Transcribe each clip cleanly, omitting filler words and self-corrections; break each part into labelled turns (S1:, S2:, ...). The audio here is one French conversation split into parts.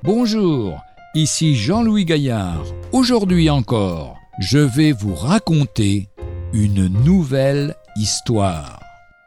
S1: Bonjour, ici Jean-Louis Gaillard. Aujourd'hui encore, je vais vous raconter une nouvelle histoire.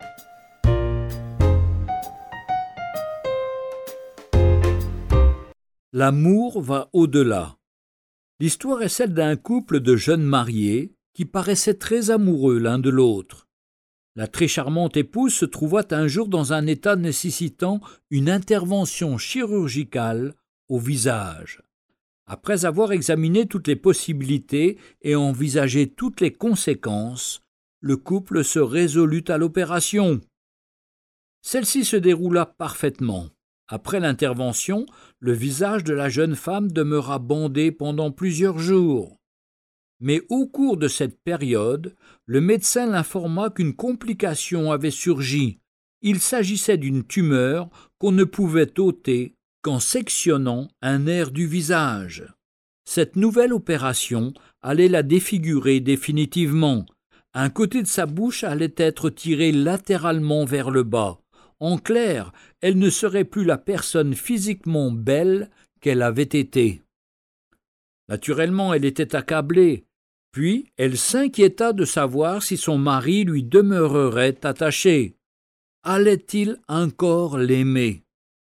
S2: L'amour va au-delà. L'histoire est celle d'un couple de jeunes mariés qui paraissaient très amoureux l'un de l'autre. La très charmante épouse se trouva un jour dans un état nécessitant une intervention chirurgicale au visage. Après avoir examiné toutes les possibilités et envisagé toutes les conséquences, le couple se résolut à l'opération. Celle-ci se déroula parfaitement. Après l'intervention, le visage de la jeune femme demeura bandé pendant plusieurs jours. Mais au cours de cette période, le médecin l'informa qu'une complication avait surgi. Il s'agissait d'une tumeur qu'on ne pouvait ôter qu'en sectionnant un nerf du visage. Cette nouvelle opération allait la défigurer définitivement. Un côté de sa bouche allait être tiré latéralement vers le bas. En clair, elle ne serait plus la personne physiquement belle qu'elle avait été. Naturellement, elle était accablée. Puis, elle s'inquiéta de savoir si son mari lui demeurerait attaché. Allait-il encore l'aimer?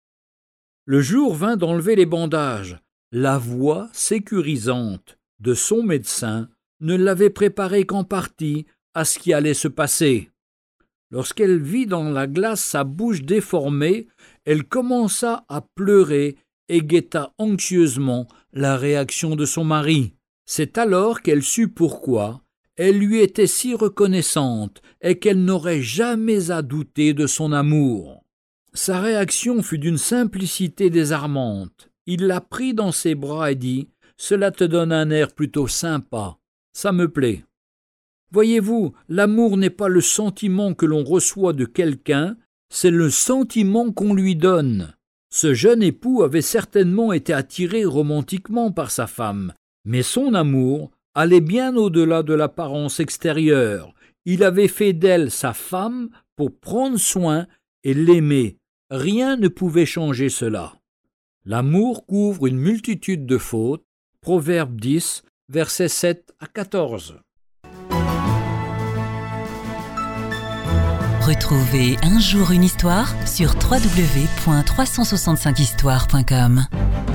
S2: Le jour vint d'enlever les bandages. La voix sécurisante de son médecin ne l'avait préparée qu'en partie à ce qui allait se passer. Lorsqu'elle vit dans la glace sa bouche déformée, elle commença à pleurer et guetta anxieusement la réaction de son mari. C'est alors qu'elle sut pourquoi elle lui était si reconnaissante et qu'elle n'aurait jamais à douter de son amour. Sa réaction fut d'une simplicité désarmante. Il la prit dans ses bras et dit « Cela te donne un air plutôt sympa, ça me plaît. » Voyez-vous, l'amour n'est pas le sentiment que l'on reçoit de quelqu'un, c'est le sentiment qu'on lui donne. Ce jeune époux avait certainement été attiré romantiquement par sa femme, mais son amour allait bien au-delà de l'apparence extérieure. Il avait fait d'elle sa femme pour prendre soin et l'aimer. Rien ne pouvait changer cela. L'amour couvre une multitude de fautes. Proverbe 10, versets 7 à 14.
S3: Retrouvez Un jour une histoire sur www.365histoire.com.